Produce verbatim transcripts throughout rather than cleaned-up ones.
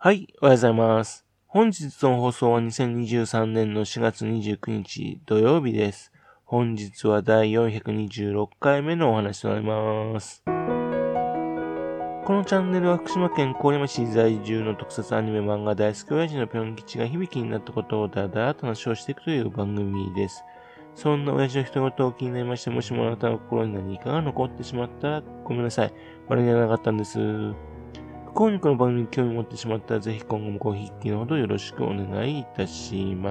はい、おはようございます。本日の放送はにせんにじゅうさんねんのしがつにじゅうくにち土曜日です。本日はだいよんひゃくにじゅうろっかいめのお話となります。このチャンネルは福島県郡山市在住の特撮アニメ漫画大好き親父のぴょん吉が響きになったことをだだらと話をしていくという番組です。そんな親父の人事を気になりまして、もしもあなたの心に何かが残ってしまったらごめんなさい。悪気はなかったんです。不幸にこの番組に興味を持ってしまったら、ぜひ今後もごひいきのほどよろしくお願いいたします。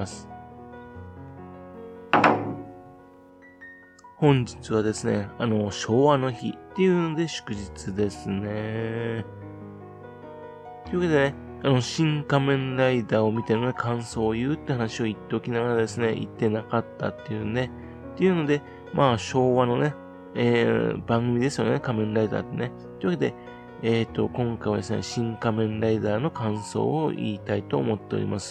本日はですね、あの、昭和の日っていうので祝日ですね。というわけでね、あの、新仮面ライダーを見ての、ね、感想を言うって話を言っておきながらですね、言ってなかったっていうね、っていうので、まあ、昭和のね、えー、番組ですよね、仮面ライダーってね。というわけで、えっと、今回はですね、新仮面ライダーの感想を言いたいと思っております。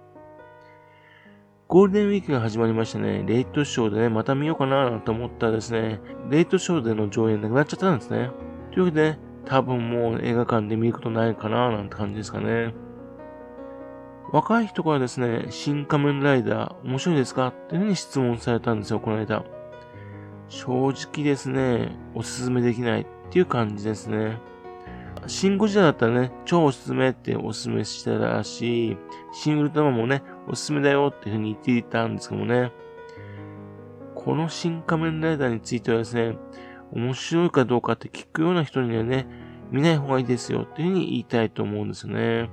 ゴールデンウィークが始まりましたね。レイトショーでね、また見ようかなと思ったらですね、レイトショーでの上映なくなっちゃったんですね。というわけで、ね、多分もう映画館で見ることないかななんて感じですかね。若い人からですね、新仮面ライダー面白いですかっていうふうに質問されたんですよ、この間。正直ですね、おすすめできないっていう感じですね。シンゴジラだったらね、超おすすめっておすすめしてたし、シンウルトラマンもね、おすすめだよっていう風に言っていたんですけどもね。この新仮面ライダーについてはですね、面白いかどうかって聞くような人にはね、見ない方がいいですよっていう風に言いたいと思うんですよね。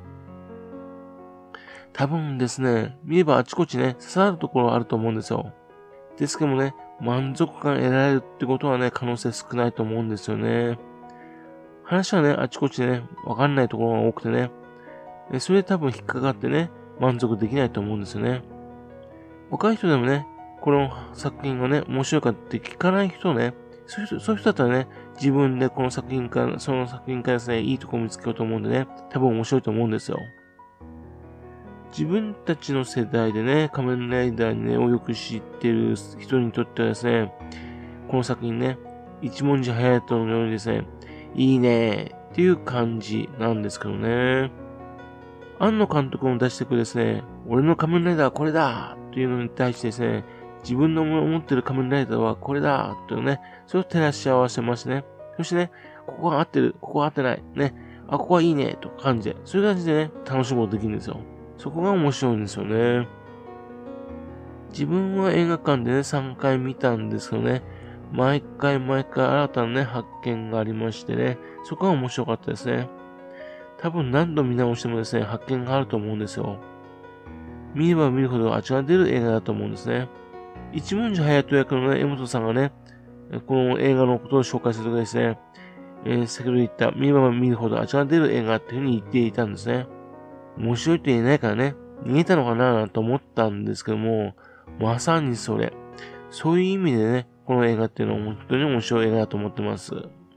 多分ですね、見ればあちこちね、刺さるところあると思うんですよ。ですけどもね、満足感得られるってことはね、可能性少ないと思うんですよね。話はね、あちこちでね、わかんないところが多くてね、それで多分引っかかってね、満足できないと思うんですよね。若い人でもね、この作品がね、面白いかって聞かない人ね、そういう人、そういう人だったらね、自分でこの作品から、その作品からですね、いいところ見つけようと思うんでね、多分面白いと思うんですよ。自分たちの世代でね、仮面ライダーにね、をよく知ってる人にとってはですね、この作品ね、一文字隼人のようにですね、いいねっていう感じなんですけどね。庵野監督も出してくるですね、俺の仮面ライダーはこれだっていうのに対してですね、自分の思ってる仮面ライダーはこれだというね、それを照らし合わせますね。そしてね、ここは合ってる、ここは合ってない、ね、あ、ここはいいねと感じで、そういう感じでね、楽しむことできるんですよ。そこが面白いんですよね。自分は映画館でね、さんかい見たんですけどね、毎回毎回新たなね、発見がありましてね、そこが面白かったですね。多分何度見直してもですね、発見があると思うんですよ。見れば見るほど味が出る映画だと思うんですね。一文字隼人役のね、江本さんがね、この映画のことを紹介するときですね、えー、先ほど言った見れば見るほど味が出る映画っていうふうに言っていたんですね。面白いと言えないからね、逃げたのかなと思ったんですけども、まさにそれ。そういう意味でね、この映画っていうのは本当に面白い映画だと思ってます。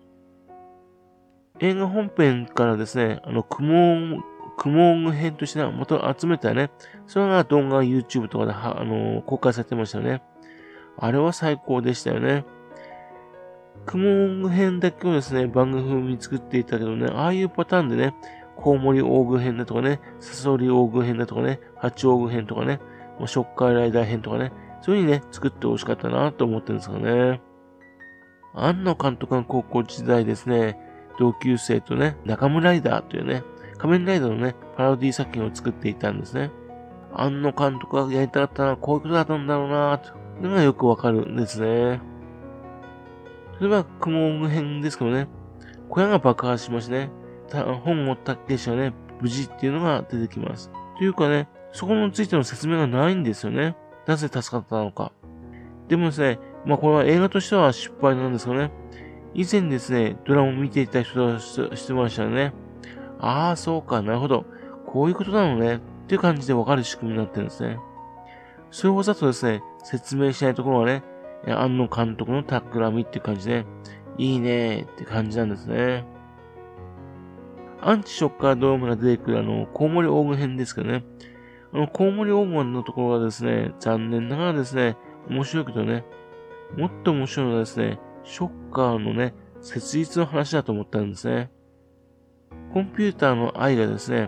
映画本編からですね、あの、クモン、クモン編としてまた集めたね、それが動画が YouTube とかでは、あの、公開されてましたよね。あれは最高でしたよね。クモン編だけをですね、番組風に作っていたけどね、ああいうパターンでね、コウモリ大具編だとかね、サソリ大具編だとかね、ハチ大具編とかね、ショッカーライダー編とかね、そういう風にね、作ってほしかったなと思ってるんですよね。庵野監督の高校時代ですね、同級生とね、中村ライダーというね、仮面ライダーのね、パロディ作品を作っていたんですね。庵野監督がやりたかったのはこういうことだったんだろうなというのがよくわかるんですね。それは雲編ですけどね、小屋が爆発しましてね、本をたけしはね、無事っていうのが出てきます。というかね、そこについての説明がないんですよね。なぜ助かったのか。でもですね、まあこれは映画としては失敗なんですよね。以前ですね、ドラマを見ていた人はしてましたよね。ああ、そうか、なるほど。こういうことなのね。っていう感じでわかる仕組みになってるんですね。それをわざとですね、説明しないところはね、庵野監督の企みっていう感じで、いいねーって感じなんですね。アンチショッカードームが出てくるあの、コウモリ黄金編ですけどね。あの、コウモリ黄金のところはですね、残念ながらですね、面白いけどね、もっと面白いのはですね、ショッカーのね、設立の話だと思ったんですね。コンピューターの愛がですね、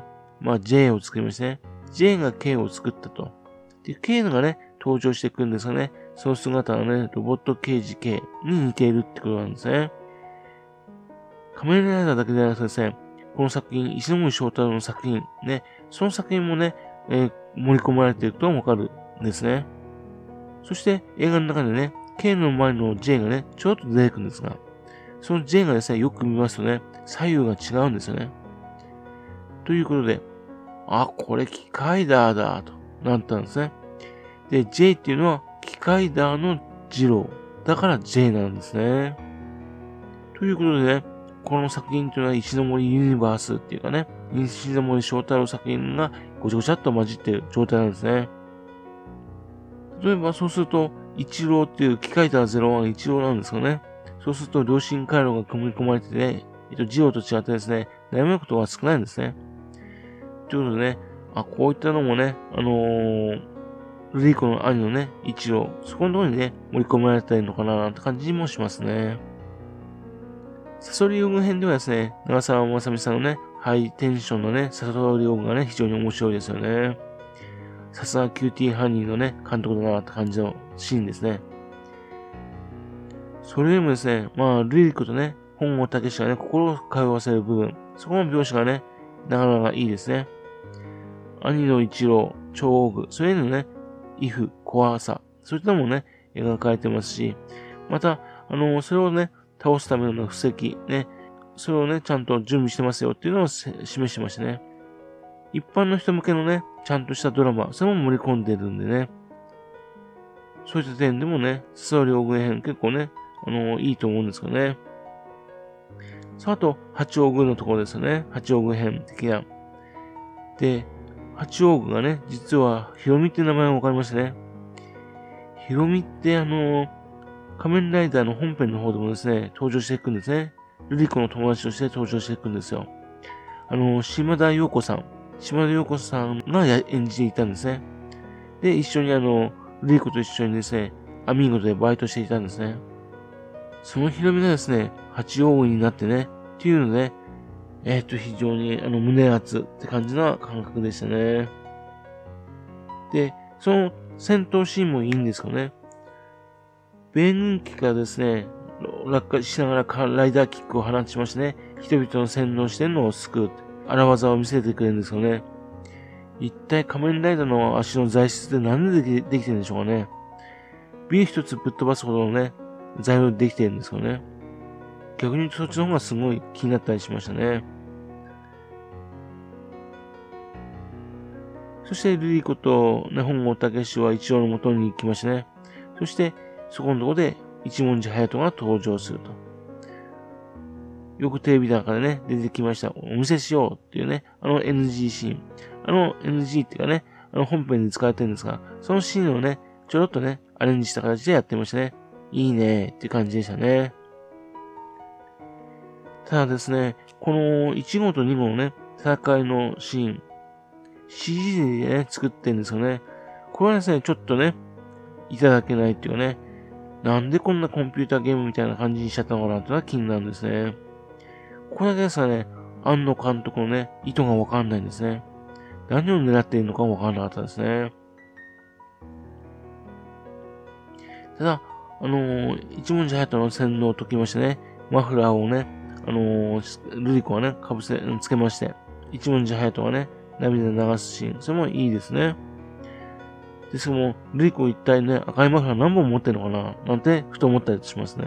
まあ J を作りましてね、J が K を作ったと。で、K がね、登場してくるんですがね、その姿はね、ロボット刑事 K に似ているってことなんですね。仮面ライダーだけではなくてですね、この作品、石森章太郎の作品、ね、その作品もね、えー、盛り込まれているとわかるんですね。そして映画の中でね、K の前の J がね、ちょっと出てくるんですが、その J がですね、よく見ますとね、左右が違うんですよね。ということで、あ、これ機械ダーだ、となったんですね。で、J っていうのは機械ダーの二郎。だから J なんですね。ということでね、この作品というのは石ノ森ユニバースっていうかね、石ノ森章太郎作品がごちゃごちゃっと混じっている状態なんですね。例えばそうすると、一郎っていう機械ダーゼロワン一郎なんですかね。そうすると良心回路が組み込まれてて、えっと、ジオと違ってですね、悩むことが少ないんですね。ということでね、あ、こういったのもね、あのー、ルリコの兄のね、一郎、そこのところにね、盛り込まれているのかななんて感じもしますね。サソリオグ編ではですね、長澤まさみさんのね、ハイテンションのね、サソリオグがね、非常に面白いですよね。さすがキューティーハニーのね、監督だなって感じのシーンですね。それよりもですね、まあ、ルリコとね、本郷武史がね、心を通わせる部分、そこの描写がね、なかなかいいですね。兄の一郎、超大具、それへのね、威風、怖さ、そういったのもね、描かれてますし、また、あのー、それをね、倒すための布石、ね、それをね、ちゃんと準備してますよっていうのを示してましたね。一般の人向けのね、ちゃんとしたドラマ、それも盛り込んでるんでね、そういった点でもね、サソリオグ編結構ね、あのー、いいと思うんですけどね。さあ、あと、八王宮のところですよね。八王宮編的な。で、八王宮がね、実は、ヒロミっていう名前がわかりましたね。ヒロミってあのー、仮面ライダーの本編の方でもですね、登場していくんですね。ルリコの友達として登場していくんですよ。あのー、島田陽子さん。島田陽子さんが演じていたんですね。で、一緒にあの、ルリコと一緒にですね、アミーゴでバイトしていたんですね。そのヒロミがですね、八王宮になってね、っていうので、えっと、非常にあの、胸熱って感じな感覚でしたね。で、その戦闘シーンもいいんですけどね。米軍機からですね、落下しながらライダーキックを放ちましてね、人々の洗脳してるのを救う、荒技を見せてくれるんですよね。一体仮面ライダーの足の材質って何でできできてるんでしょうかね。瓶一つぶっ飛ばすほどのね、材料でできてるんですよね。逆に言うとそっちの方がすごい気になったりしましたね。そしてルリコとね、本郷武史は一応の元に行きましたね。そして、そこのところで一文字隼人が登場すると。よくテレビなんかでね、出てきました。お見せしようっていうね、あの エヌジー シーン。あの エヌジー っていうかね、あの本編で使われてるんですが、そのシーンをね、ちょろっとね、アレンジした形でやってましたね。いいねっていう感じでしたね。ただですね、このいち号とに号のね、戦いのシーン、シージー でね、作ってるんですよね。これはですね、ちょっとね、いただけないっていうかね、なんでこんなコンピューターゲームみたいな感じにしちゃったのかなってのは気になるんですね。これだけですね、庵野監督のね、意図がわかんないんですね。何を狙っているのかわかんなかったですね。ただ、あのー、一文字隼人の洗脳を解きましてね、マフラーをね、あのー、ルリコはね、かぶせ、つけまして、一文字隼人がね、涙流すシーン、それもいいですね。ですけども、ルリコ一体ね、赤いマフラー何本持ってるのかななんて、ふと思ったりしますね。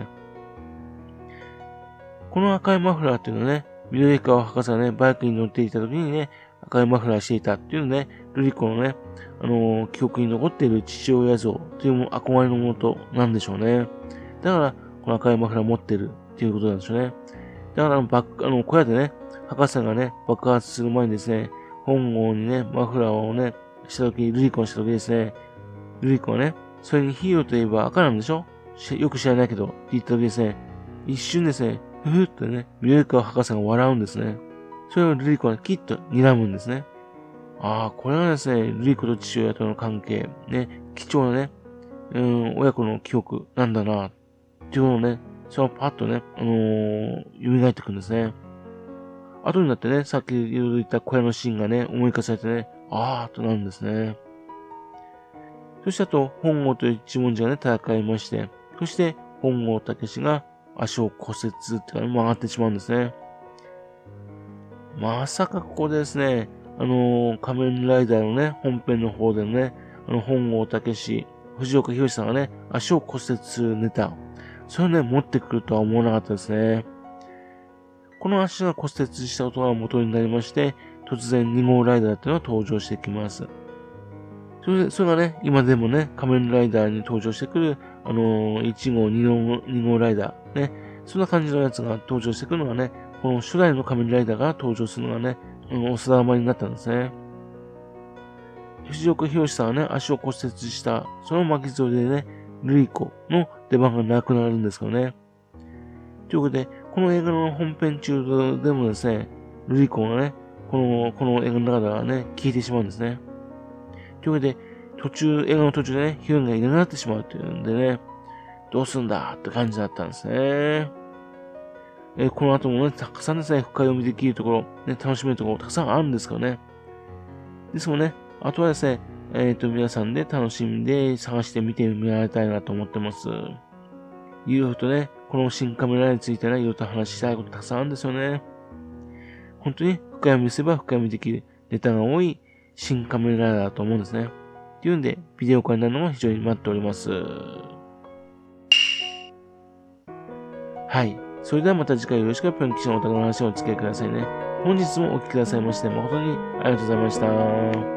この赤いマフラーっていうのはね、緑川博士がね、バイクに乗っていた時にね、赤いマフラーしていたっていうのね、ルリコのね、あのー、記憶に残っている父親像というも憧れのものとなんでしょうね。だから、この赤いマフラー持ってるっていうことなんでしょうね。だから、バック、あの、小屋でね、博士がね、爆発する前にですね、本郷にね、マフラーをね、した時、ルリコにした時ですね、ルリコはね、それにヒーローといえば赤なんでしょよく知らないけど、って言った時ですね、一瞬ですね、ふふっとね、緑川博士が笑うんですね。それをルリコはきっと睨むんですね。ああ、これがですね、ルリコと父親との関係、ね、貴重なね、うん、親子の記憶なんだな、っていうのをね、そのパッとね、あのー、蘇ってくるんですね。 後になってね、さっき言った小屋のシーンがね、思い返されてね、あーとなるんですね。そしてあと、本郷と一文字がね、戦いまして、そして本郷武史が足を骨折っていうか、曲がってしまうんですね。まさかここでですね、あのー、仮面ライダーのね、本編の方でのね、あの、本郷武史、藤岡弘さんがね、足を骨折するネタ、それをね、持ってくるとは思わなかったですね。この足が骨折したことが元になりまして、突然に号ライダーっていうのが登場してきます。それで、それがね、今でもね、仮面ライダーに登場してくる、あのー、いち号、に号、に号ライダー、ね、そんな感じのやつが登場してくるのがね、この初代の仮面ライダーが登場するのがね、うん、お定まりになったんですね。藤岡弘さんはね、足を骨折した、その巻き添えでね、ルイコの出番がなくなるんですけどね。というわけで、この映画の本編中でもですね、ルイコがね、この、この映画の中ではね、消えてしまうんですね。というわけで、途中、映画の途中でね、ヒロインがいなくなってしまうっていうんでね、どうすんだって感じだったんですね。えー、この後もね、たくさんですね、深読みできるところ、ね、楽しめるところたくさんあるんですけどね。ですもんね、あとはですね、えっと、皆さんで楽しんで探してみてみられたいなと思ってます。いろいろとね、この新カメラについてね、いろいろと話したいことたくさんあるんですよね。本当に深読みすれば深読みできるネタが多い新カメラだと思うんですね。っていうんで、ビデオ化になるのも非常に待っております。はい。それではまた次回よろしくぴょん吉のお宝の話をお付き合いくださいね。本日もお聞きくださいまして誠にありがとうございました。